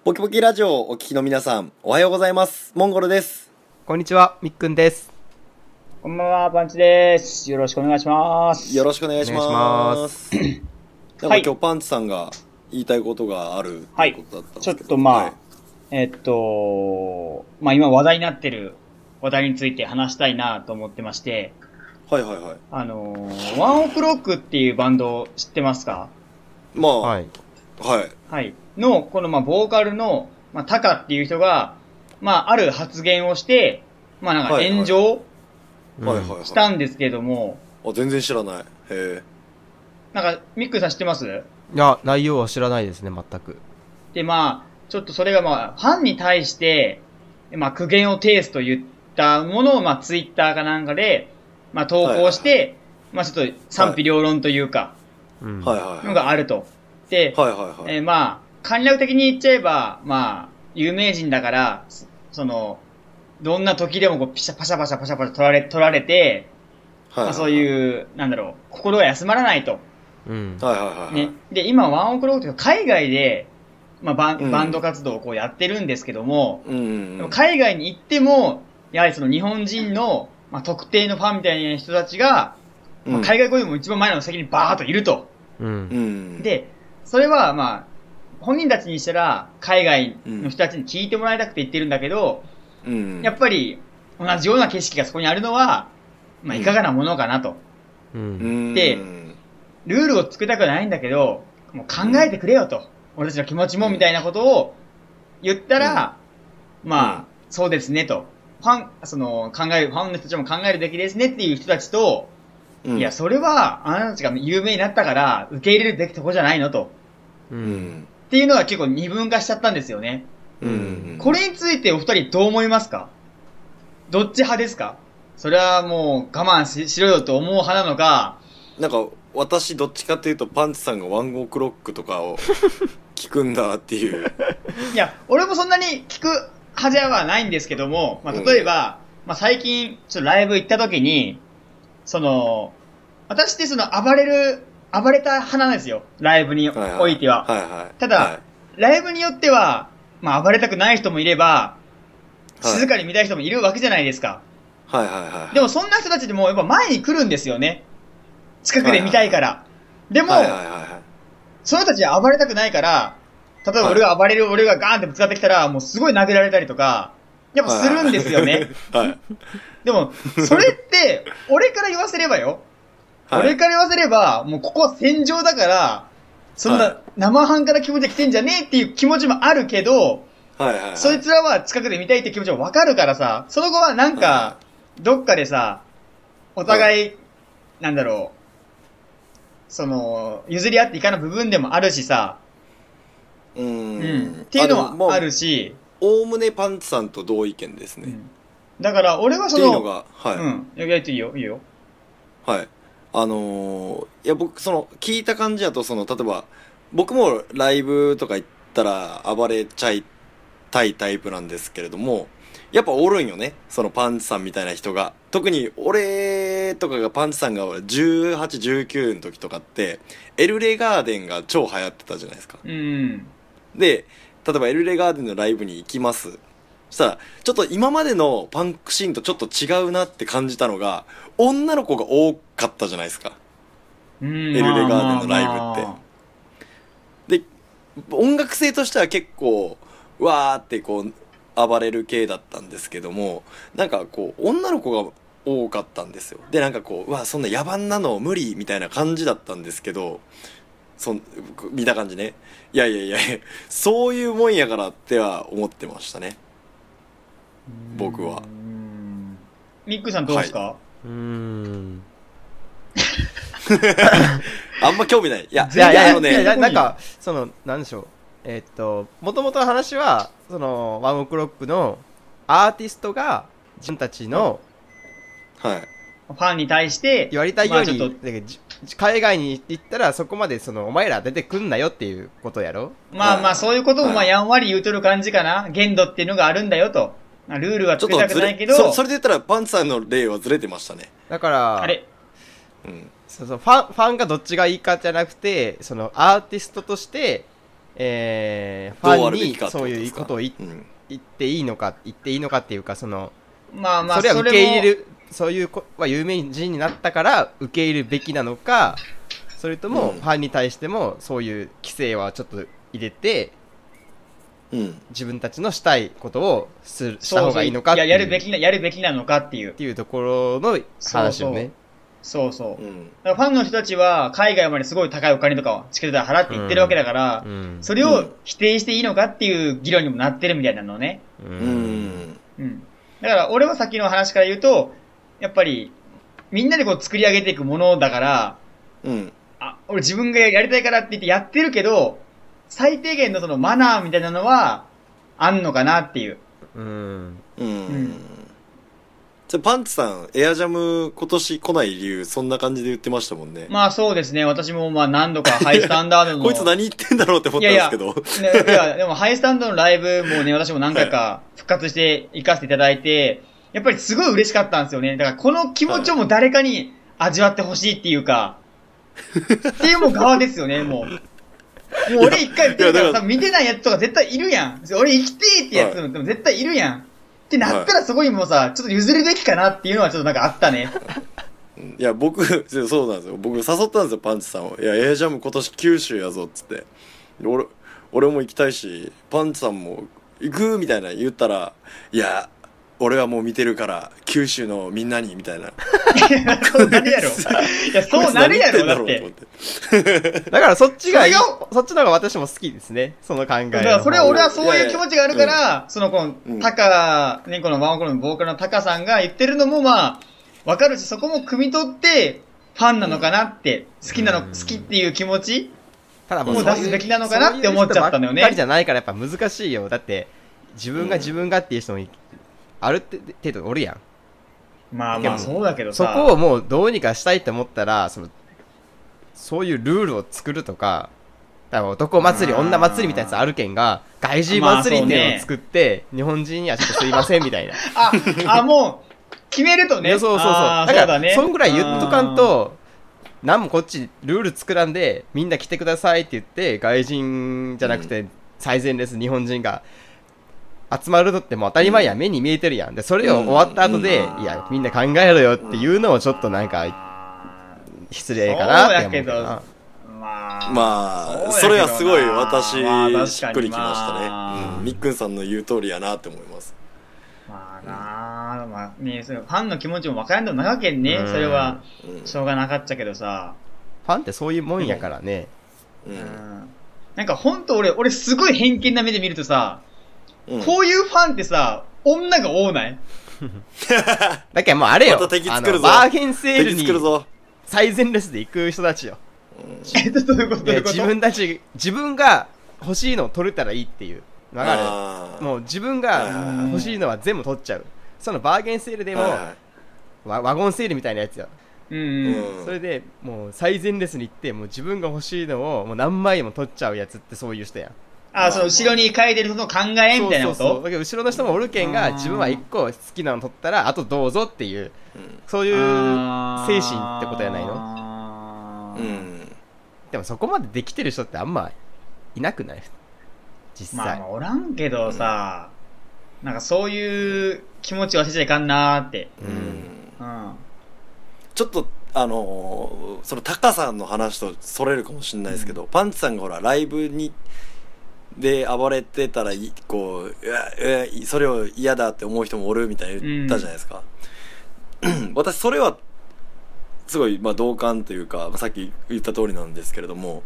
ポキポキラジオをお聞きの皆さん、おはようございます。モンゴルです。 こんにちは、みっくんです。 こんばんは、パンチです。よろしくお願いします。 よろしくお願いします。なんか今日パンチさんが言いたいことがあるということだったんですけど。 ちょっと今話題になってる話題について話したいなと思ってまして。 はいはいはい。 ワンオクロックっていうバンド知ってますか？ まあ、 はい。 はい。 はい。の、このボーカルの、タカっていう人が、ある発言をして、なんか炎上したんですけども。 あ、全然知らない。へえ。 なんか、ミックさん知ってます？ いや、内容は知らないですね、全く。 で、ちょっとそれがファンに対して、苦言を呈すと言ったものを、ツイッターかなんかで、投稿して、ちょっと賛否両論というか、のがあると。で、簡略的に言っちゃえば、有名人だから、どんな時でもパシャパシャ取られて、そういう、心が休まらないと。ね。で、今、ワンオクロックというか海外で、バンド活動をやってるんですけども、海外に行っても、やはり日本人の、特定のファンみたいな人たちが、海外語でも一番前の席にバーっといると。で、それは本人たちにしたら、海外の人たちに聞いてもらいたくて言ってるんだけど、やっぱり、同じような景色がそこにあるのは、いかがなものかなと。で、ルールを作りたくはないんだけど、もう考えてくれよと。俺たちの気持ちもみたいなことを言ったら、そうですねと。ファンの人たちも考えるべきですねっていう人たちと、いや、それは、あなたたちが有名になったから、受け入れるべきとこじゃないのと。っていうのが結構二分化しちゃったんですよね。これについてお二人どう思いますか？どっち派ですか？それはもう我慢しろよと思う派なのか。 なんか、私どっちかっていうとパンチさんがワンオクロックとかを聞くんだっていう。 いや、俺もそんなに聞く派ではないんですけども、例えば、最近、ちょっとライブ行った時に、私って暴れた派なんですよ。ライブにおいては。ただ、ライブによっては、暴れたくない人もいれば、静かに見たい人もいるわけじゃないですか。でもそんな人たちでもやっぱ前に来るんですよね。近くで見たいから。でも、その人たちは暴れたくないから、例えば俺が俺がガーンってぶつかってきたら、もうすごい投げられたりとか、やっぱするんですよね。でも、それって、俺から言わせればよ。俺から言わせれば、もうここは戦場だから、そんな生半可な気持ちで来てんじゃねえっていう気持ちもあるけど、そいつらは近くで見たいって気持ちもわかるからさ、その後はなんか、どっかでさ、お互い、譲り合っていかない部分でもあるしさ、っていうのはあるし、 おおむねパンチさんと同意見ですね。 だから俺はっていうのが、 やっていいよ、いいよ。 はい。いや僕聞いた感じだと例えば僕もライブとか行ったら暴れちゃいたいタイプなんですけれども、やっぱおるんよね、パンチさんみたいな人が。特に俺とかがパンチさんが18、19の時とかってエルレガーデンが超流行ってたじゃないですか。で、例えばエルレガーデンのライブに行きます。そしたらちょっと今までのパンクシーンとちょっと違うなって感じたのが、女の子が多かったじゃないですか。エルレガーデンのライブって。で、音楽性としては結構わーって暴れる系だったんですけども、なんか女の子が多かったんですよ。で、なんかうわ、そんな野蛮なの無理みたいな感じだったんですけど、見た感じね。いや、そういうもんやからっては思ってましたね。僕は。 ミックさんどうですか？ あんま興味ない。いや、 なんか、なんでしょう。もともとの話は、ワンオクロックのアーティストが自分たちの、 ファンに対して言われたように、海外に行ったらそこまでお前ら出てくんなよっていうことやろ。 そういうこともやんわり言うとる感じかな。限度っていうのがあるんだよと。ルールは作りたくないけど、 それで言ったらパンツさんの例はずれてましたね。 だからあれ、 ファンがどっちがいいかじゃなくて、アーティストとしてファンどうあるべにきかってことですか。 そういうことを言っていいのかっていうか、その、 まあまあ、 それは受け入れる。 る、そういう子は有名人になったから受け入れるべきなのか、それともファンに対してもそういう規制はちょっと入れて、自分たちのしたいことをした方がいいのかっていう。 やるべきなのかっていう。 っていうところの話をね。 そうそう。だからファンの人たちは海外まですごい高いお金とかをチケット代払って行ってるわけだから、それを否定していいのかっていう議論にもなってるみたいなのね。だから俺はさっきの話から言うと、やっぱりみんなでこう作り上げていくものだから、俺自分がやりたいからって言ってやってるけど、最低限のそのマナーみたいなのはあんのかなっていう。 パンツさん、エアジャム今年来ない理由、そんな感じで言ってましたもんね。 まあそうですね。私もまあ何度かハイスタンダードの。 こいつ何言ってんだろうって思ったんですけど。 いや、でもハイスタンダードのライブもね、私も何回か復活して行かせていただいて、やっぱりすごい嬉しかったんですよね。だからこの気持ちをもう誰かに味わってほしいっていうか、っていうもう側ですよね、もう俺一回見てるからさ、見てないやつとか絶対いるやん。俺生きてーってやつでも絶対いるやん。ってなったらそこにもさ、ちょっと譲るべきかなっていうのはちょっとなんかあったね。 いや、僕、そうなんですよ。僕誘ったんですよ、パンチさんを。いや、エアジャム今年九州やぞ、っつって。俺も行きたいし、パンチさんも行くみたいな言ったら、いや、俺はもう見てるから、九州のみんなに、みたいな。 そうなるやろ。いや、そうなるやろ、だって。 だからそっちの方が私も好きですね、その考え。 だからそれは俺はそういう気持ちがあるから、その、この、タカ、ね、このワンオクロのボーカルのタカさんが言ってるのもまあ、わかるし、そこも汲み取って、ファンなのかなって、好きっていう気持ちもう出すべきなのかなって思っちゃったんだよね。 ばっかりじゃないからやっぱ難しいよ。だって、自分がっていう人もある程度おるやん。 まあまあそうだけどさ、 そこをもうどうにかしたいって思ったら、そういうルールを作るとか、多分男祭り女祭りみたいなやつあるけんが、外人祭りっていうのを作って、日本人にはちょっとすいませんみたいな。 もう決めるとね。 そうだからそんぐらい言っとかんと、なんもこっちルール作らんで、みんな来てくださいって言って、外人じゃなくて最前列日本人が集まるのってもう当たり前やん、目に見えてるやん。で、それを終わった後で、いや、みんな考えろよっていうのをちょっとなんか、失礼かなって思うかな。 まあ、それはすごい私、しっくりきましたね。みっくんさんの言う通りやなって思います。 まあね、ファンの気持ちも分からんでもなかけんね。それは、しょうがなかったけどさ。 ファンってそういうもんやからね。 なんかほんと俺すごい偏見な目で見るとさ、こういうファンってさ、女が多ないだけどもうあれよ、バーゲンセールに最前列で行く人たちよ。 どういうこと自分が欲しいのを取れたらいいっていう。わかる？もう自分が欲しいのは全部取っちゃう。そのバーゲンセールでも、ワゴンセールみたいなやつよ。それでもう最前列に行って、もう自分が欲しいのをもう何枚も取っちゃうやつってそういう人やん。 その後ろに書いてるのを考えみたいなこと？ そうだけど後ろの人もおるけんが、自分は一個好きなの取ったらあとどうぞっていう、そういう精神ってことやないの？でもそこまでできてる人ってあんまいなくない？実際。 まあおらんけどさ、なんかそういう気持ち忘れちゃいかんなーって。 ちょっとそのタカさんの話とそれるかもしれないですけど、パンチさんがほらライブで暴れてたらこうそれを嫌だって思う人もおるみたいに言ったじゃないですか。私それはすごい同感というか、さっき言った通りなんですけれども、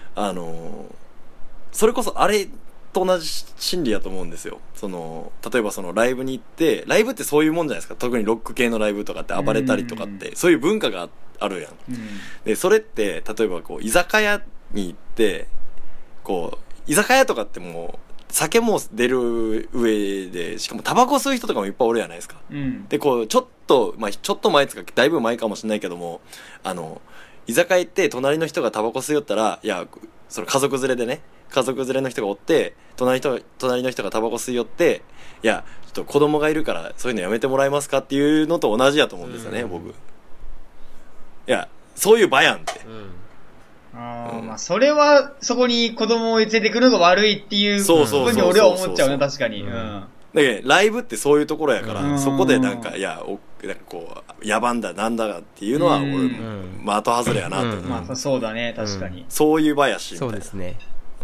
それこそあれと同じ心理やと思うんですよ。例えばそのライブに行って、ライブってそういうもんじゃないですか。特にロック系のライブとかって暴れたりとかって、そういう文化があるやん。でそれって例えばこう居酒屋に行って、こう居酒屋とかってもう酒も出る上で、しかもタバコ吸う人とかもいっぱいおるじゃないですか。でこうちょっと前つかだいぶ前かもしれないけども、居酒屋行って隣の人がタバコ吸いよったら、いやその家族連れでね、家族連れの人がおって、隣の人がタバコ吸いよって、いやちょっと子供がいるからそういうのやめてもらえますかっていうのと同じやと思うんですよね、僕。いやそういう場やんって。 まあ、それは、そこに子供を連れてくるのが悪いっていうふうに俺は思っちゃうね、確かに。 だけどライブってそういうところやから、そこでなんか、なんかこう、野蛮だ、なんだかっていうのは、俺、的外れやなと思う。 まあ、そうだね、確かに。 そういう場やし。 そうですね。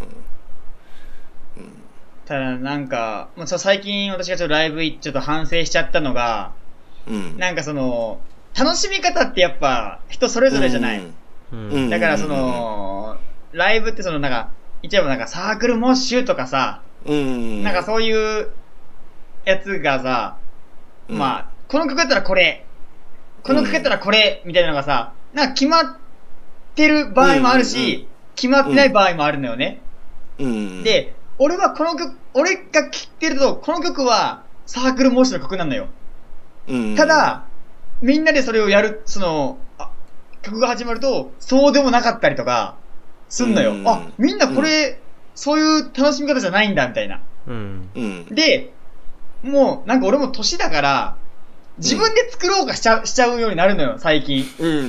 ただ、なんか、最近私がちょっとライブちょっと反省しちゃったのが、なんか楽しみ方ってやっぱ人それぞれじゃない。だからライブってなんか、一応なんかサークルモッシュとかさ、なんかそういうやつがさ、まあ、この曲やったらこれ、この曲やったらこれ、みたいなのがさ、なんか決まってる場合もあるし、決まってない場合もあるのよね。で、俺はこの曲、俺が聴ってると、この曲はサークルモッシュの曲なんだよ。ただ、みんなでそれをやる、曲が始まると、そうでもなかったりとか、すんのよ。みんなこれ、そういう楽しみ方じゃないんだ、みたいな。で、もう、なんか俺も年だから、自分で作ろうかしちゃうようになるのよ、最近。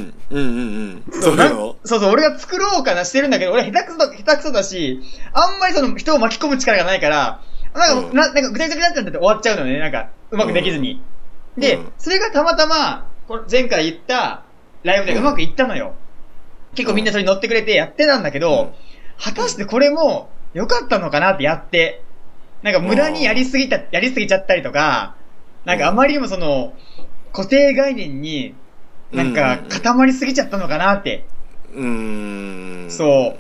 そう、俺が作ろうかなしてるんだけど、俺下手くそだし、あんまり人を巻き込む力がないから、なんかぐちゃぐちゃになっちゃって終わっちゃうのね、なんか、うまくできずに。で、それがたまたま、前回言ったライブでうまくいったのよ。結構みんなそれに乗ってくれてやってたんだけど、果たしてこれも良かったのかなってやって、なんか無駄にやりすぎちゃったりとか、なんかあまりにも固定概念になんか固まりすぎちゃったのかなって。そう。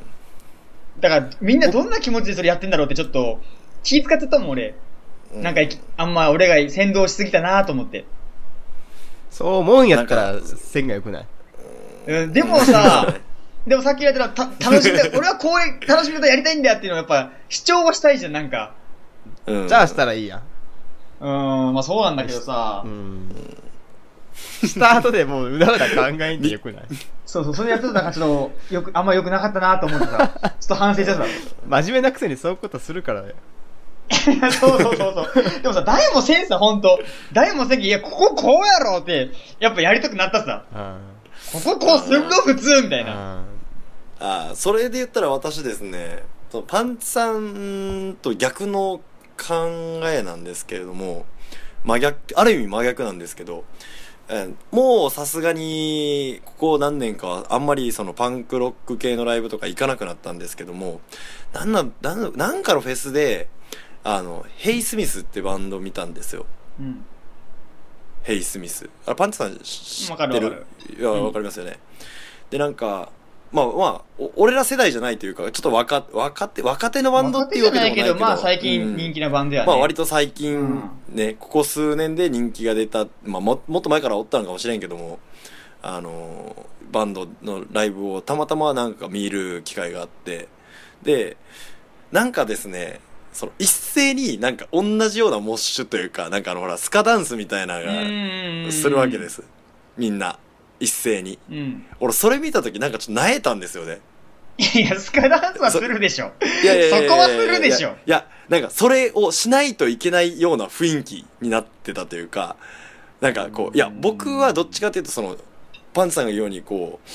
だからみんなどんな気持ちでそれやってんだろうってちょっと気使っちゃったもん俺。なんかあんま俺が先導しすぎたなと思って。 そう思うんやったら線が良くない。 でもさ、でもさっき言ったら楽しんで、俺はこういう楽しみ方やりたいんだよっていうのはやっぱ主張はしたいじゃん、なんか。 じゃあしたらいいやん。 まあそうなんだけどさ。 スタートでもううだうだ考えんでよくない。 そう、それやってたらちょっとあんま良くなかったなと思ってさ、ちょっと反省しちゃった。 真面目なくせにそういうことするからだよ。 そう。でもさ、誰もせんさ、ほんと。誰もせんけ、いや、こここうやろって、やっぱやりたくなったさ。ここすんごい普通みたいな。 それで言ったら私ですね、パンツさんと逆の考えなんですけれども、ある意味真逆なんですけど、もうさすがにここ何年かはあんまりパンクロック系のライブとか行かなくなったんですけども、なんかのフェスでヘイスミスってバンド見たんですよ。ヘイスミス。パンツさん知ってる？いや、わかりますよね。で、なんか、まあ、俺ら世代じゃないというか、ちょっと若手のバンドっていうわけでもないけど、 まあ最近人気なバンドやね。 まあ割と最近ね、ここ数年で人気が出た、まあもっと前からおったのかもしれんけども、バンドのライブをたまたまなんか見る機会があって、で、なんかですね、一斉になんか同じようなモッシュというか、なんかほら、スカダンスみたいなのがするわけです。みんな。一斉に。俺、それ見たときなんかちょっと萎えたんですよね。 いや、スカダンスはするでしょ。そこはするでしょ。 いや、なんかそれをしないといけないような雰囲気になってたというか、なんかこう、いや、僕はどっちかというとパンツさんが言うように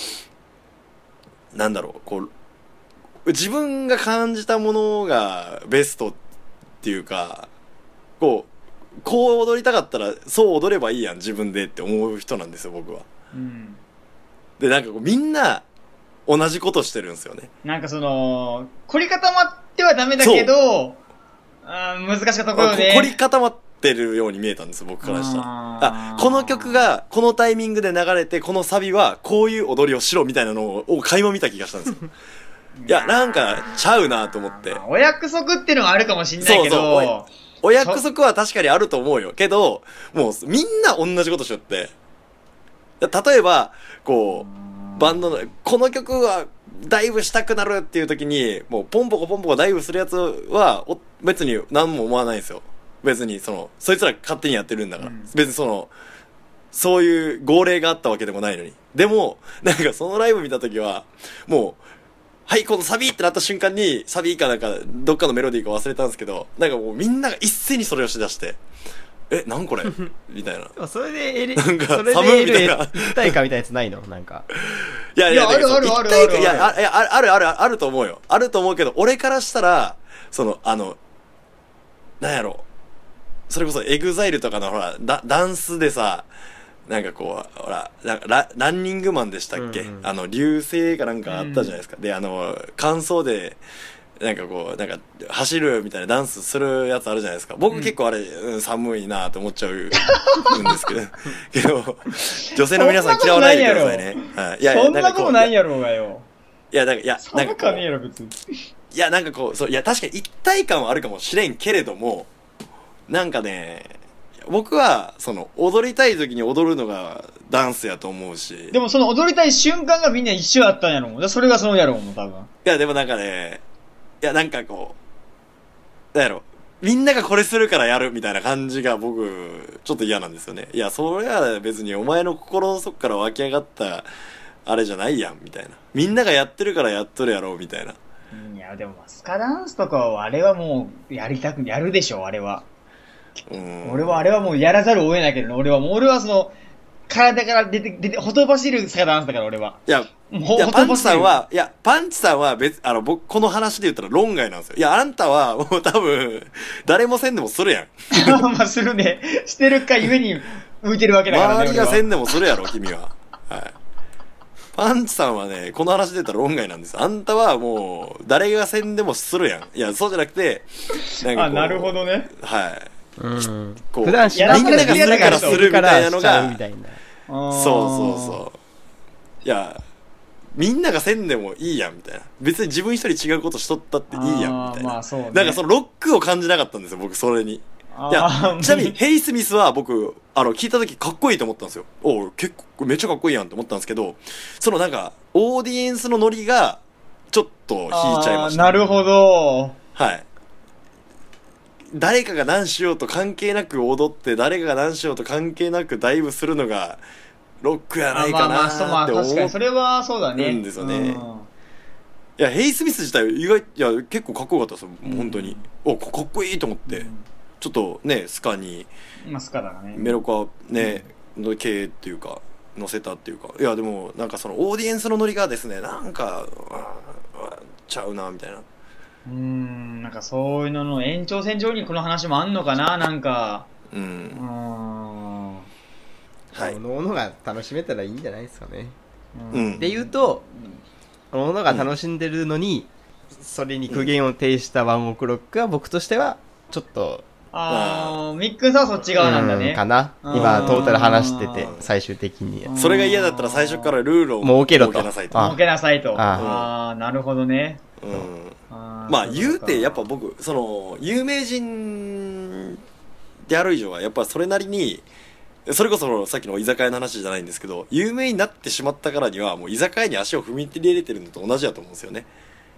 なんだろう、こう、自分が感じたものがベストっていうか、こう踊りたかったらそう踊ればいいやん自分でって思う人なんですよ僕は。でなんかみんな同じことしてるんですよね。 なんか凝り固まってはダメだけど、難しかったところで凝り固まってるように見えたんです僕からしたら。この曲がこのタイミングで流れてこのサビはこういう踊りをしろみたいなのを垣間見た気がしたんですよ。いや、なんか、ちゃうなと思って。 お約束っていうのがあるかもしんないけど。 お約束は確かにあると思うよ。けど、もう、みんな同じことしよって。例えば、こう、バンドの、この曲はダイブしたくなるっていう時に、もう、ポンポコダイブするやつは、別に何も思わないんですよ。別に、そいつら勝手にやってるんだから。別にそういう号令があったわけでもないのに。でも、なんかそのライブ見た時は、もう、はい、このサビってなった瞬間に、サビかなんか、どっかのメロディーか忘れたんですけど、なんかもうみんなが一斉にそれをしだして、なんこれみたいな。 それでなんか、 それで一体感みたいなやつないのなんか。 いや、 いや、あるある一ある体感、いや、あると思うよ。あると思うけど、俺からしたら、なんやろ。それこそエグザイルとかのほら、ダンスでさ、なんかこう、ほら、ランニングマンでしたっけ、流星かなんかあったじゃないですか。で、感想で、なんかこう、なんか、走るみたいなダンスするやつあるじゃないですか。僕結構あれ、寒いなと思っちゃうんですけど、女性の皆さん嫌わないでくださいね。はい。いや、 そんなことないやろうがよ。 いや、なんか寒かねえやろ、別に。 いや、なんかこう、いや、確かに一体感はあるかもしれんけれども、なんかね、僕は、踊りたい時に踊るのがダンスやと思うし。 でもその踊りたい瞬間がみんな一緒やったんやろもん。それがそのやろうもん、多分。 いや、でもなんかね、いや、なんかこう、なんやろ、みんながこれするからやるみたいな感じが僕、ちょっと嫌なんですよね。いや、それは別にお前の心の底から湧き上がった、あれじゃないやん、みたいな。みんながやってるからやっとるやろ、みたいな。 いや、でもスカダンスとかは、あれはもう、やるでしょ、あれは。俺はあれはもうやらざるを得ないけどね、俺は体から出て、ほとばしるスカダンスだから、俺は。 いや、パンチさんは僕、この話で言ったら論外なんですよ。いや、あんたはもう多分、誰もせんでもするやん。 まあ、するね。してるかゆえに浮いてるわけだからね。 周りがせんでもするやろ、君は。はい。パンチさんはね、この話で言ったら論外なんですよ。あんたはもう、誰がせんでもするやん。いや、そうじゃなくて、 なんかなるほどね。 はい。 こう普段しなみんながするからするみたいなのが、 そう。 いや、みんながせんでもいいやんみたいな。別に自分一人違うことしとったっていいやんみたいな。 まあそうね。 なんかそのロックを感じなかったんですよ、僕それに。いや、ちなみにヘイスミスは僕、聞いた時かっこいいと思ったんですよ。結構めっちゃかっこいいやんと思ったんですけど、なんか、オーディエンスのノリが、ちょっと引いちゃいました。 なるほど。 はい。誰かが何しようと関係なく踊って、誰かが何しようと関係なくダイブするのが、ロックやないかなって思確かにそれはそうだね。 うんですよね。いや、ヘイスミス自体結構かっこよかったですよ、本当に。かっこいいと思って。ちょっとね、スカに、 スカだね。 メロカね、の系っていうか、乗せたっていうか。いや、でも、なんかそのオーディエンスのノリがですね、なんか、ちゃうな、みたいな。 なんかそういうのの延長線上にこの話もあんのかな、なんか。 はい。おのおのが楽しめたらいいんじゃないですかね。 で言うと、おのおのが楽しんでるのに、それに苦言を呈したワンオクロックは僕としては、ちょっと、 ミックンさんはそっち側なんだね。 かな。今、トータル話してて、最終的に。 それが嫌だったら最初からルールを設けなさいと。 設けなさいと。なるほどね。 まあ言うてやっぱ僕有名人である以上はやっぱそれなりにそれこそさっきの居酒屋の話じゃないんですけど有名になってしまったからにはもう居酒屋に足を踏み入れてるのと同じだと思うんですよね。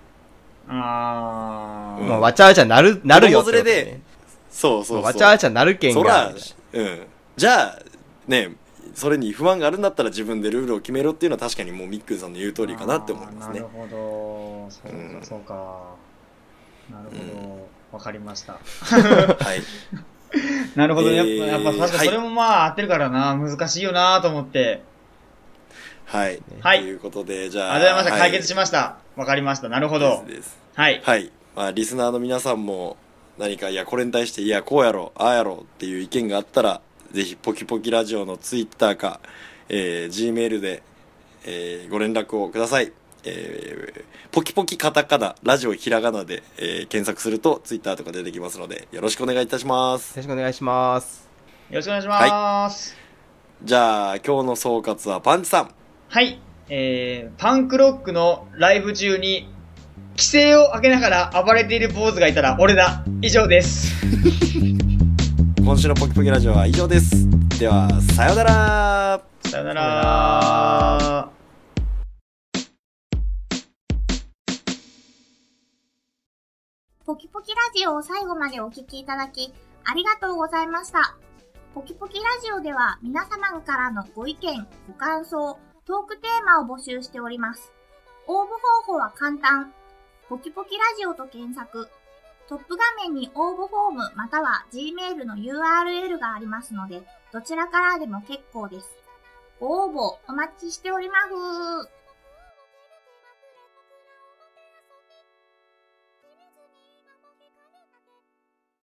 まあわちゃわちゃなるよってことね。 でそうわちゃわちゃなるけんがじゃあねそれに不安があるんだったら自分でルールを決めろっていうのは確かにもうミックさんの言う通りかなって思いますね。 なるほど、そうか。なるほど、わかりました。 はい。 なるほど、やっぱ確かそれもまあ合ってるからな、難しいよなと思って。 はい。ということで、じゃあ。 ありがとうございました。解決しました。わかりました。なるほど。はい。 はい。まあ、リスナーの皆さんも何か、これに対して、こうやろ、ああやろっていう意見があったら、ぜひ、ポキポキラジオのツイッターか、Gmail で、ご連絡をください。ポキポキカタカナ、ラジオひらがなで、検索するとツイッターとか出てきますので、よろしくお願いいたします。 よろしくお願いします。 よろしくお願いします。 じゃあ、今日の総括はパンチさん。 はい。パンクロックのライブ中に、規制を上げながら暴れている坊主がいたら俺だ。以上です。 今週のポキポキラジオは以上です。では、さようなら。 さようなら。 ポキポキラジオを最後までお聞きいただき、ありがとうございました。ポキポキラジオでは皆様からのご意見、ご感想、トークテーマを募集しております。応募方法は簡単。ポキポキラジオと検索。トップ画面に応募フォームまたは Gmail の URL がありますので、どちらからでも結構です。ご応募お待ちしております。